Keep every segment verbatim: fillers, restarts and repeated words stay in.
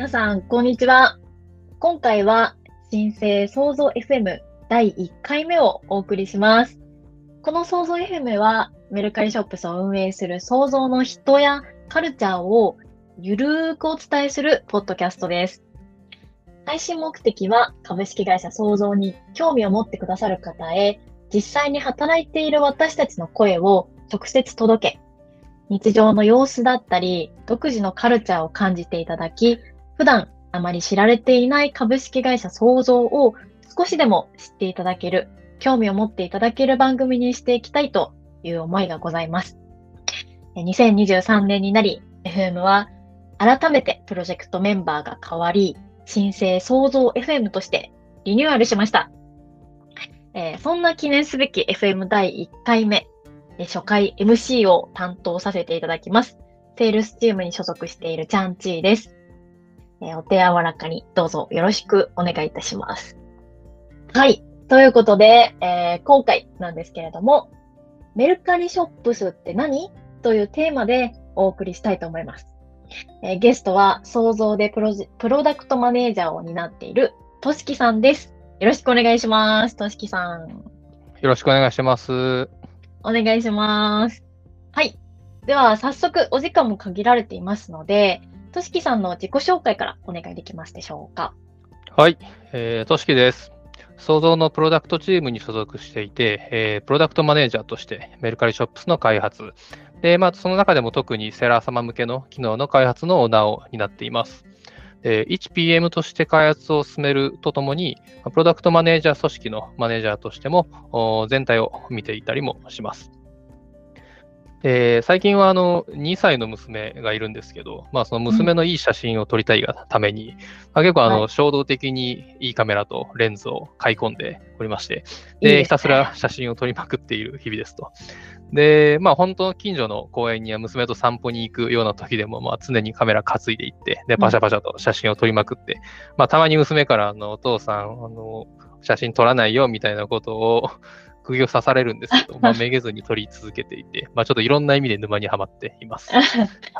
皆さん、こんにちは。今回は、新生創造 エフエム だいいっかいめをお送りします。この創造 エフエム は、メルカリショップスを運営する創造の人やカルチャーをゆるーくお伝えするポッドキャストです。配信目的は、株式会社創造に興味を持ってくださる方へ、実際に働いている私たちの声を直接届け、日常の様子だったり、独自のカルチャーを感じていただき、普段あまり知られていない株式会社創造を少しでも知っていただける、興味を持っていただける番組にしていきたいという思いがございます。にせんにじゅうさんねんになり、エフエム は改めてプロジェクトメンバーが変わり、新生創造 エフエム としてリニューアルしました。えー、そんな記念すべき エフエム だいいっかいめ、初回 エムシー を担当させていただきます。セールスチームに所属しているチャンチーです。えー、お手柔らかにどうぞよろしくお願いいたします。はい。ということで、えー、今回なんですけれども、メルカリショップスって何というテーマでお送りしたいと思います。えー、ゲストは創造でプロジ、プロダクトマネージャーを担っているとしきさんです。よろしくお願いします。としきさん。 よろしくお願いします。 お願いします。はい。では、早速お時間も限られていますので、としきさんの自己紹介からお願いできますでしょうか。 はい、えー、としきです。創造のプロダクトチームに所属していて、えー、プロダクトマネージャーとしてメルカリショップスの開発、で、まあ、その中でも特にセラー様向けの機能の開発のオーナーを担っています。で、いちピーエム として開発を進めるとともに、プロダクトマネージャー組織のマネージャーとしても全体を見ていたりもします。えー、最近はあのにさいの娘がいるんですけど、まあ、その娘のいい写真を撮りたいがために、うんまあ、結構あの、はい、衝動的にいいカメラとレンズを買い込んでおりまして、で、いいですね、ひたすら写真を撮りまくっている日々ですと。で、まあ本当近所の公園には娘と散歩に行くような時でも、まあ常にカメラ担いでいって、で、パシャパシャと写真を撮りまくって、うん、まあたまに娘からあの、お父さん、あの、写真撮らないよみたいなことを釘を刺されるんですけど、まあめげずに撮り続けていて、まあちょっといろんな意味で沼にはまっています。はい。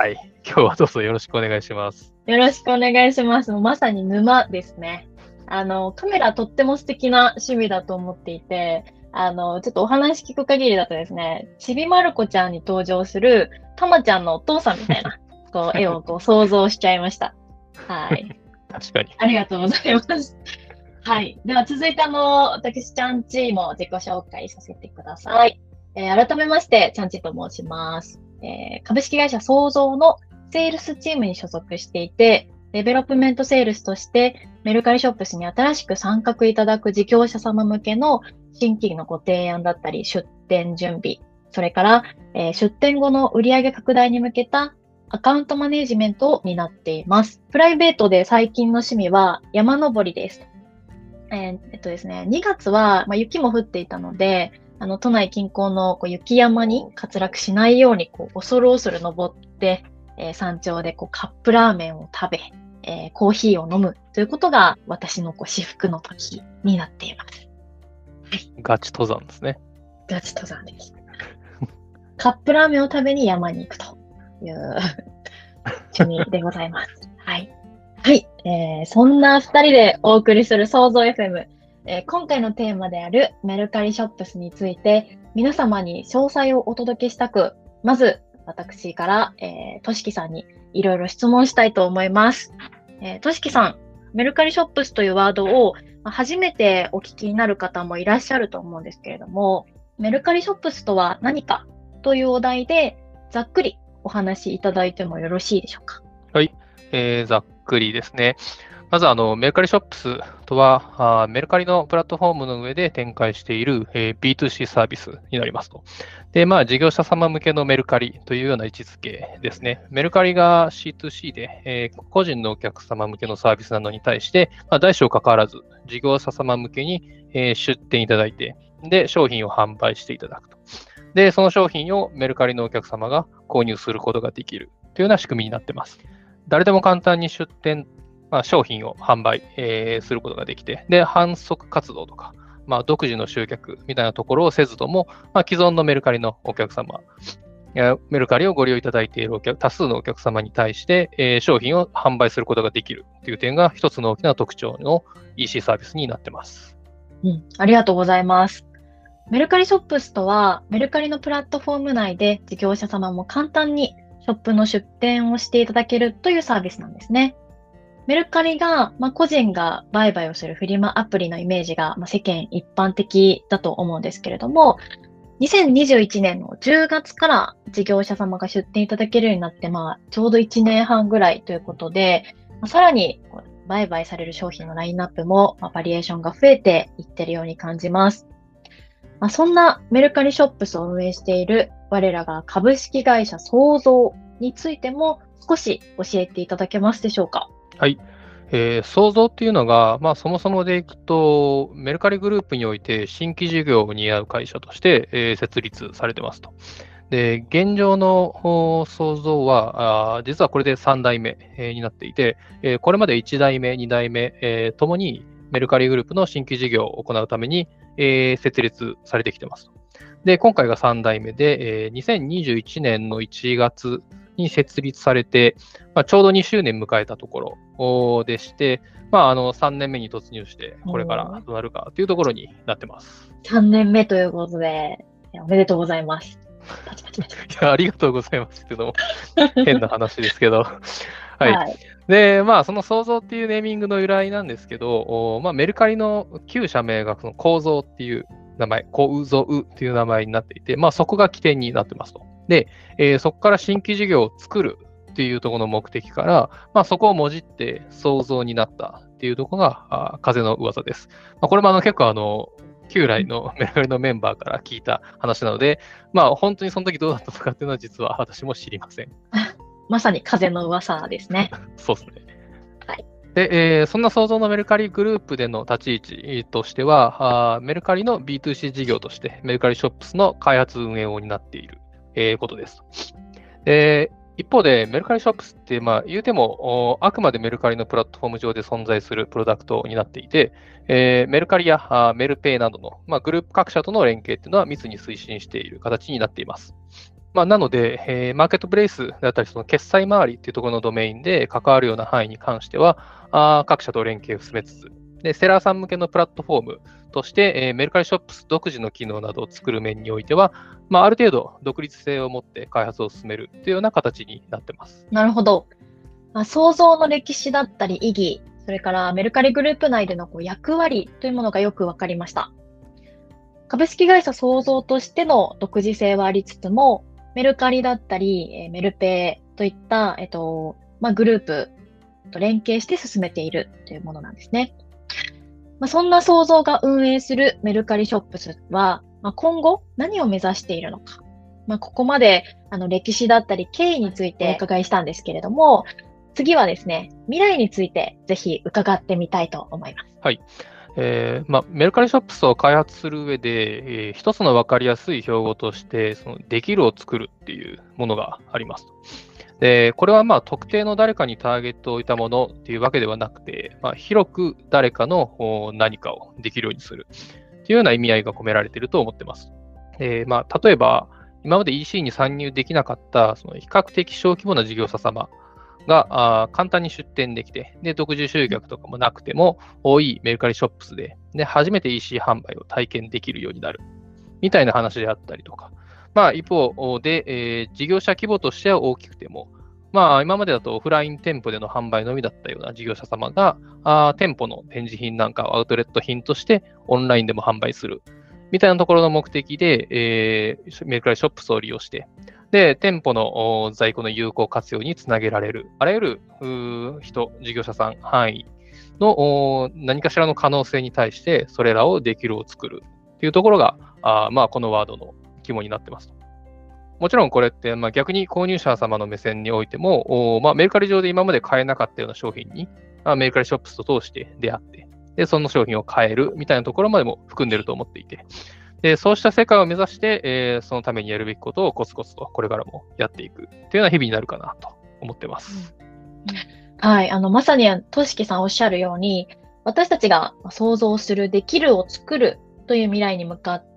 今日はどうぞよろしくお願いします。 よろしくお願いします。もうまさに沼ですね。あの、カメラとっても素敵な趣味だと思っていて、あの、ちょっとお話聞く限りだとですね、ちびまる子ちゃんに登場するたまちゃんのお父さんみたいな、こう、絵をこう想像しちゃいました。はい。 確かに。 ありがとうございます。はい。では続いてあの、私、ちゃんちーも自己紹介させてください。えー、改めまして、ちゃんちーと申します。えー、株式会社創造のセールスチームに所属していて、デベロップメントセールスとして、メルカリショップスに新しく参画いただく事業者様向けの新規のご提案だったり、出店準備、それから、えー、出店後の売上拡大に向けたアカウントマネジメントを担っています。プライベートで最近の趣味は山登りです。えー、えっとですね、にがつは、まあ、雪も降っていたので、あの、都内近郊のこう雪山に滑落しないように、こう、恐る恐る登って、えー、山頂でこうカップラーメンを食べ、えー、コーヒーを飲むということが私のこう至福の時になっています。 はい。ガチ登山ですね。 ガチ登山です。カップラーメンを食べに山に行くという趣味でございます。はい。はい、えー。そんな二人でお送りする創造 エフエム、えー。今回のテーマであるメルカリショップスについて皆様に詳細をお届けしたく、まず私から、えー、としきさんにいろいろ質問したいと思います。えー、としきさん、メルカリショップスというワードを初めてお聞きになる方もいらっしゃると思うんですけれども、メルカリショップスとは何かというお題でざっくりお話しいただいてもよろしいでしょうか。 はい、えー、ざっくりですね。まずあのメルカリショップスとはあメルカリのプラットフォームの上で展開している、えー、ビーツーシー サービスになりますと。で、まあ事業者様向けのメルカリというような位置づけですね。メルカリが シーツーシー で、えー、個人のお客様向けのサービスなのに対して、まあ、大小関わらず事業者様向けに、えー、出店いただいて、で、商品を販売していただくと。で、その商品をメルカリのお客様が購入することができるというような仕組みになっています。誰でも簡単に出店、まあ、商品を販売、えー、することができて、で、販促活動とか、まあ、独自の集客みたいなところをせずとも、まあ、既存のメルカリのお客様メルカリをご利用いただいているお客多数のお客様に対して、えー商品を販売することができるという点が一つの大きな特徴の イーシー サービスになっています。 うん、ありがとうございます。メルカリショップスとは、メルカリのプラットフォーム内で事業者様も簡単にショップの出店をしていただけるというサービスなんですね。メルカリが、まあ、個人が売買をするフリマアプリのイメージが、まあ、世間一般的だと思うんですけれども、にせんにじゅういちねんのじゅうがつから事業者様が出店いただけるようになって、まあ、ちょうどいちねんはんぐらいということで、まあ、さらに売買される商品のラインナップも、まあ、バリエーションが増えていってるように感じます。まあ、そんなメルカリショップスを運営している我らが株式会社創造についても少し教えていただけますでしょうか。 はい。えー、創造っていうのが、まあ、そもそもでいくと、メルカリグループにおいて新規事業を担う会社として、えー設立されてますと。で、現状のほう創造は、あー実はこれでさん代目、えーになっていて、えーこれまでいち代目、に代目、えーともにメルカリグループの新規事業を行うために、えー設立されてきてますと。で、今回がさん代目で、えーにせんにじゅういちねんのいちがつに設立されて、まあ、ちょうどにしゅうねん迎えたところおーでして、まあ、あのさんねんめに突入して、これからどうなるかというところになってます。 さんねんめということで、いやおめでとうございます。パチパチパチパチいや、ありがとうございますっていうのも変な話ですけど。はい。 はい。 で、まあ、その創造っていうネーミングの由来なんですけど、おまあ、メルカリの旧社名がその構造っていう名前、構造っていう名前になっていて、まあ、そこが起点になってますと。で、えーそこから新規事業を作るっていうところの目的から、まあ、そこをもじって創造になったっていうところが、あ風の噂です。まあ、これもあの結構あの、旧来のメルカリのメンバーから聞いた話なので、まあ、本当にその時どうだったのかっていうのは実は私も知りません。 まさに風の噂ですね。 そうですね。 はい。 で、えーそんな創造のメルカリグループでの立ち位置としては、あーメルカリの ビーツーシー 事業としてメルカリショップスの開発運営を担っている、えーことです。で一方で、メルカリショップスって、まあ、言うても、おあくまでメルカリのプラットフォーム上で存在するプロダクトになっていて、えーメルカリやあーメルペイなどの、まあ、グループ各社との連携っていうのは密に推進している形になっています。まあ、なので、えーマーケットプレイスだったり、その決済周りっていうところのドメインで関わるような範囲に関しては、あー各社と連携を進めつつ、で、セラーさん向けのプラットフォームとして、えーメルカリショップス独自の機能などを作る面においては、まあ、ある程度独立性を持って開発を進めるというような形になってます。 なるほど。まあ、創造の歴史だったり意義、それからメルカリグループ内でのこう役割というものがよくわかりました。株式会社創造としての独自性はありつつも、メルカリだったり、えーメルペイといった、えっと、まあ、グループと連携して進めているというものなんですね。まあ、そんな創造が運営するメルカリショップスは、まあ、今後何を目指しているのか。まあ、ここまであの歴史だったり経緯についてお伺いしたんですけれども、次はですね、未来についてぜひ伺ってみたいと思います。 はい。えーまあ、メルカリショップスを開発する上で、えー一つの分かりやすい標語として、そのできるを作るっていうものがあります。で、これはまあ特定の誰かにターゲットを置いたものっていうわけではなくて、まあ、広く誰かのお何かをできるようにするっていうような意味合いが込められていると思っています。えーまあ、例えば、今まで イーシー に参入できなかったその比較的小規模な事業者様があー簡単に出店できて、で、独自集客とかもなくても、多いメルカリショップスで、で、初めて イーシー 販売を体験できるようになる、みたいな話であったりとか、まあ、一方で、えー事業者規模としては大きくても、まあ、今までだとオフライン店舗での販売のみだったような事業者様が、あー店舗の展示品なんかをアウトレット品としてオンラインでも販売する、みたいなところの目的で、えーメルカリショップスを利用して、で、店舗のお在庫の有効活用につなげられる、あらゆるうー人、事業者さん、範囲のお何かしらの可能性に対して、それらをできるを作るっていうところが、あーまあ、このワードの肝になってます。もちろんこれって、まあ、逆に購入者様の目線においても、おまあ、メルカリ上で今まで買えなかったような商品に、まあ、メルカリショップスと通して出会って、で、その商品を買えるみたいなところまでも含んでると思っていて、でそうした世界を目指して、えーそのためにやるべきことをコツコツとこれからもやっていくというような日々になるかなと思ってます。 はい、あの、まさに、としきさんおっしゃるように、私たちが想像する、できるを作るという未来に向かって、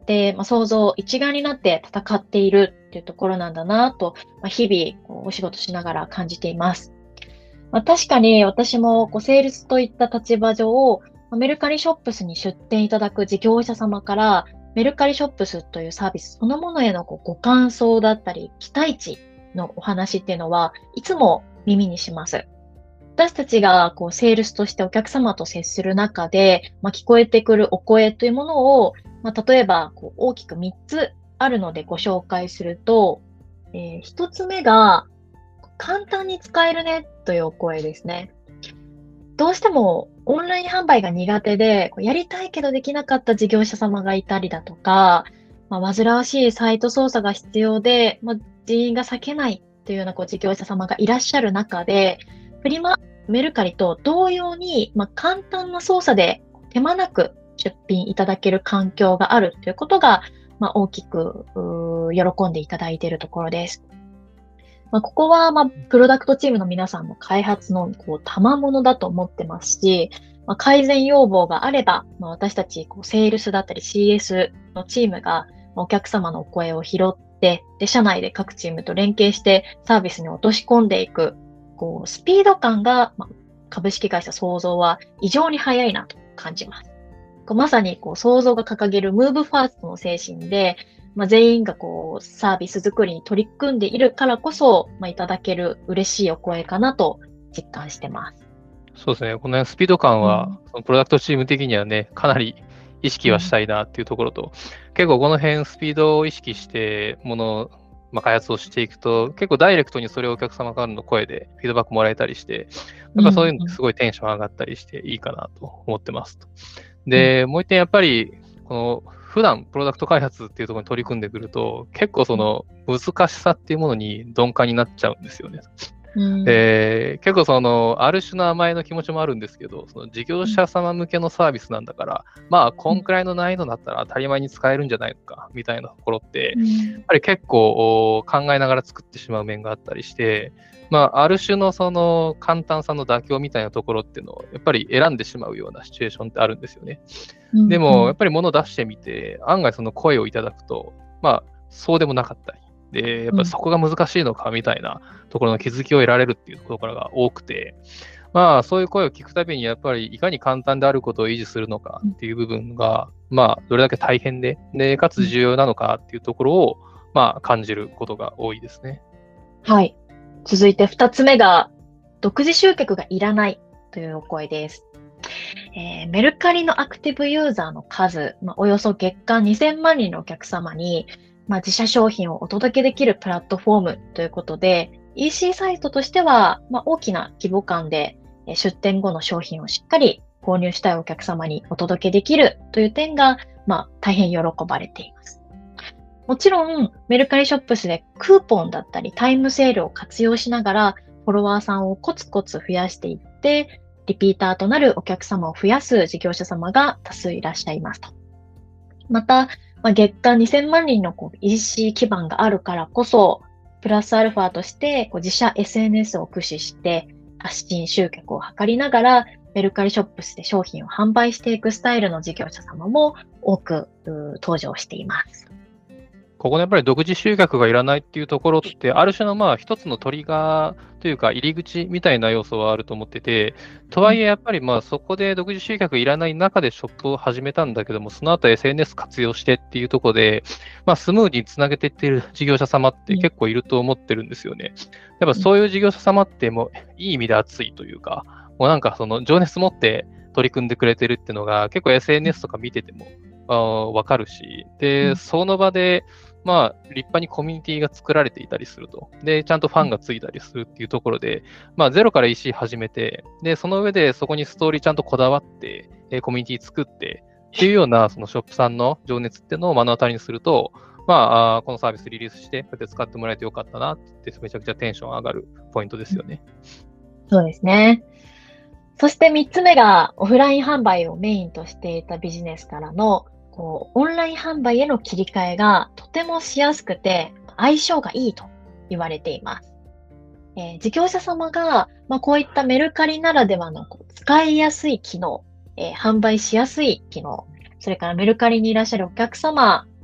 て、まあ、創造一丸になって戦っているっていうところなんだなと、まあ、日々こうお仕事しながら感じています。まあ、確かに私もこうセールスといった立場上、メルカリショップスに出店いただく事業者様から、メルカリショップスというサービスそのものへのこうご感想だったり、期待値のお話っていうのはいつも耳にします。私たちがこうセールスとしてお客様と接する中で、まあ、聞こえてくるお声というものを、まあ、例えばこう大きくみっつあるのでご紹介すると、えー、ひとつめが簡単に使えるねというお声ですね。どうしてもオンライン販売が苦手で、やりたいけどできなかった事業者様がいたりだとか、まあ、煩わしいサイト操作が必要で、まあ、人員が割けないというようなこう事業者様がいらっしゃる中で、フリマ、メルカリと同様に、まあ、簡単な操作で手間なく出品いただける環境があるということが、まあ、大きく喜んでいただいているところです。まあ、ここは、まあ、プロダクトチームの皆さんの開発のこう賜物だと思ってますし、まあ、改善要望があれば、まあ、私たちこうセールスだったり シーエス のチームがお客様のお声を拾って、で、社内で各チームと連携してサービスに落とし込んでいく、こう、スピード感が、まあ、株式会社創造は異常に速いなと感じます。こうまさにこう創造が掲げるムーブファーストの精神で、まあ、全員がこうサービス作りに取り組んでいるからこそ、まあ、いただける嬉しいお声かなと実感してます。 そうですね。この辺スピード感は、うん、そのプロダクトチーム的にはね、かなり意識はしたいなっていうところと、うん、結構この辺スピードを意識してもの、まあ、開発をしていくと、結構ダイレクトにそれをお客様からの声でフィードバックもらえたりして、なんかそういうのすごいテンション上がったりしていいかなと思ってますと。で、うん、もう一点やっぱり、この普段プロダクト開発っていうところに取り組んでくると、結構その難しさっていうものに鈍感になっちゃうんですよね。うん、で結構そのある種の甘えの気持ちもあるんですけど、その事業者様向けのサービスなんだから、うん、まあこんくらいの難易度だったら当たり前に使えるんじゃないのかみたいなところって、うん、やっぱり結構考えながら作ってしまう面があったりして、まあある種のその簡単さの妥協みたいなところっていうのをやっぱり選んでしまうようなシチュエーションってあるんですよね。うん、でもやっぱり物を出してみて案外その声をいただくと、まあそうでもなかったり。で、やっぱりそこが難しいのかみたいなところの気づきを得られるっていうところが多くて、まあそういう声を聞くたびにやっぱりいかに簡単であることを維持するのかっていう部分が、まあどれだけ大変で、で、かつ重要なのかっていうところを、まあ感じることが多いですね。 はい。続いて二つ目が、独自集客がいらないというお声です。えー、メルカリのアクティブユーザーの数、まあ、およそ月間にせんまんにんのお客様に、まあ、自社商品をお届けできるプラットフォームということで、イーシー サイトとしては、まあ、大きな規模感で出店後の商品をしっかり購入したいお客様にお届けできるという点が、まあ、大変喜ばれています。もちろん、メルカリショップスでクーポンだったりタイムセールを活用しながら、フォロワーさんをコツコツ増やしていって、リピーターとなるお客様を増やす事業者様が多数いらっしゃいますと。また、まあ、月間にせんまんにんのこう イーシー 基盤があるからこそ、プラスアルファとしてこう自社 エスエヌエス を駆使して発信集客を図りながら、メルカリショップスで商品を販売していくスタイルの事業者様も多く登場しています。 ここのやっぱり独自集客がいらないっていうところって、ある種のまあ一つのトリガーというか入り口みたいな要素はあると思ってて、とはいえやっぱりまあそこで独自集客いらない中でショップを始めたんだけども、その後 エスエヌエス 活用してっていうところで、まあスムーズにつなげていっている事業者様って結構いると思ってるんですよね。やっぱそういう事業者様ってもういい意味で熱いというか、もうなんかその情熱持って取り組んでくれてるっていうのが結構 エスエヌエス とか見ててもわかるし、で、その場でまあ、立派にコミュニティが作られていたりすると。で、ちゃんとファンがついたりするっていうところで、まあ、ゼロから イーシー 始めて、で、その上でそこにストーリーちゃんとこだわって、えコミュニティ作って、っていうような、そのショップさんの情熱っていうのを目の当たりにすると、まあ、あこのサービスリリースして、こうやって使ってもらえてよかったなって、めちゃくちゃテンション上がるポイントですよね。 そうですね。そしてみっつめが、オフライン販売をメインとしていたビジネスからの、こうオンライン販売への切り替えがとてもしやすくて相性がいいと言われています。えー、事業者様が、まあ、こういったメルカリならではのこう使いやすい機能、えー、販売しやすい機能、それからメルカリにいらっしゃるお客様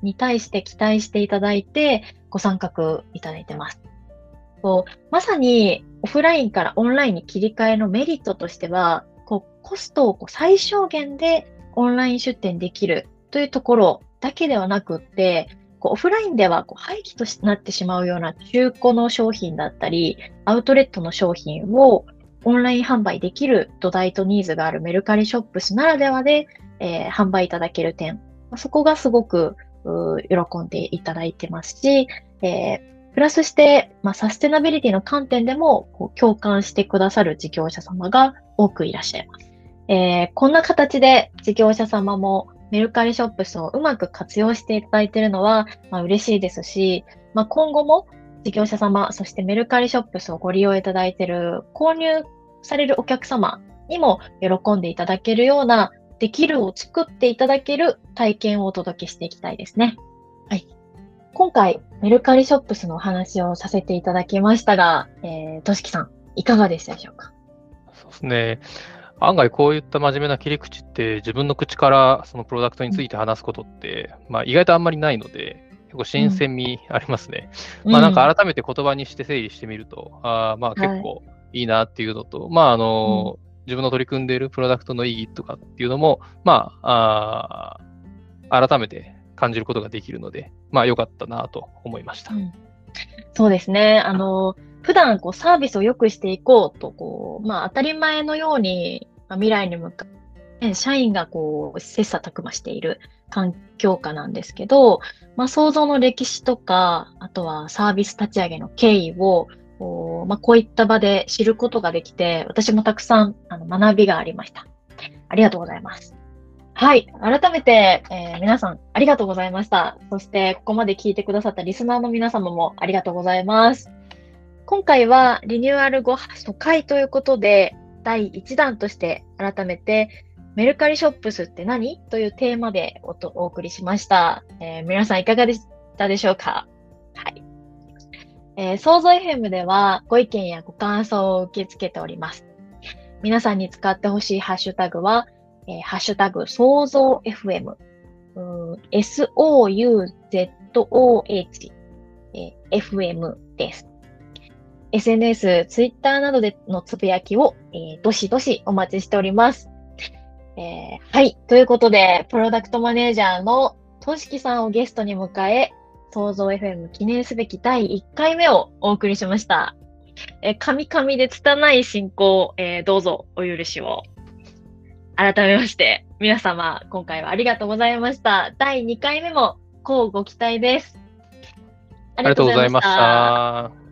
に対して期待していただいてご参画いただいてます。こうまさにオフラインからオンラインに切り替えのメリットとしては、こうコストをこう最小限でオンライン出店できるというところだけではなくって、こうオフラインではこう廃棄となってしまうような中古の商品だったり、アウトレットの商品をオンライン販売できる土台とニーズがあるメルカリショップスならではで、えー販売いただける点、そこがすごくうー喜んでいただいてますし、えープラスして、まあ、サステナビリティの観点でもこう共感してくださる事業者様が多くいらっしゃいます。えーこんな形で事業者様もメルカリショップスをうまく活用していただいているのは、まあ、嬉しいですし、まあ、今後も事業者様、そしてメルカリショップスをご利用いただいている購入されるお客様にも喜んでいただけるようなできるを作っていただける体験をお届けしていきたいですね。はい。今回、メルカリショップスのお話をさせていただきましたが、えー、としきさん、いかがでしたでしょうか？ そうですね。案外こういった真面目な切り口って自分の口からそのプロダクトについて話すことって、まあ、意外とあんまりないので、結構新鮮味ありますね。 うん、 まあなんか改めて言葉にして整理してみると、あーまあ結はい、 構いいなっていうのと、まああうんの、自分の取り組んでいるプロダクトの意義とかっていうのも、まあ、あー改めて感じることができるので、まあ良かったなと思いました。 うんそうですね。あの、普段こうサービスを良くしていこうと、こう、まあ当たり前のように、まあ、未来に向かって、社員がこう、切磋琢磨している環境下なんですけど、まあ創造の歴史とか、あとはサービス立ち上げの経緯を、こう、まあこういった場で知ることができて、私もたくさんあの学びがありました。ありがとうございます。はい。改めて、えー皆さんありがとうございました。そして、ここまで聞いてくださったリスナーの皆様もありがとうございます。今回はリニューアル後初回ということで、だいいちだんとして改めて、メルカリショップスって何というテーマでおとお送りしました。えー皆さんいかがでしたでしょうか？はい。えー、創造 エフエム ではご意見やご感想を受け付けております。皆さんに使ってほしいハッシュタグは、えーハッシュタグ創造 エフエム、うー エスオーユーゼットオーエイチ、えー エフエム です。エスエヌエス、ツイッターなどでのつぶやきを、えーどしどしお待ちしております。えーはい。ということで、プロダクトマネージャーのとしきさんをゲストに迎え、創造 エフエム 記念すべきだいいっかいめをお送りしました。えー、神々で拙い進行、えーどうぞお許しを。改めまして、皆様、今回はありがとうございました。だいにかいめも、乞うご期待です。あありがとうございましした。 た。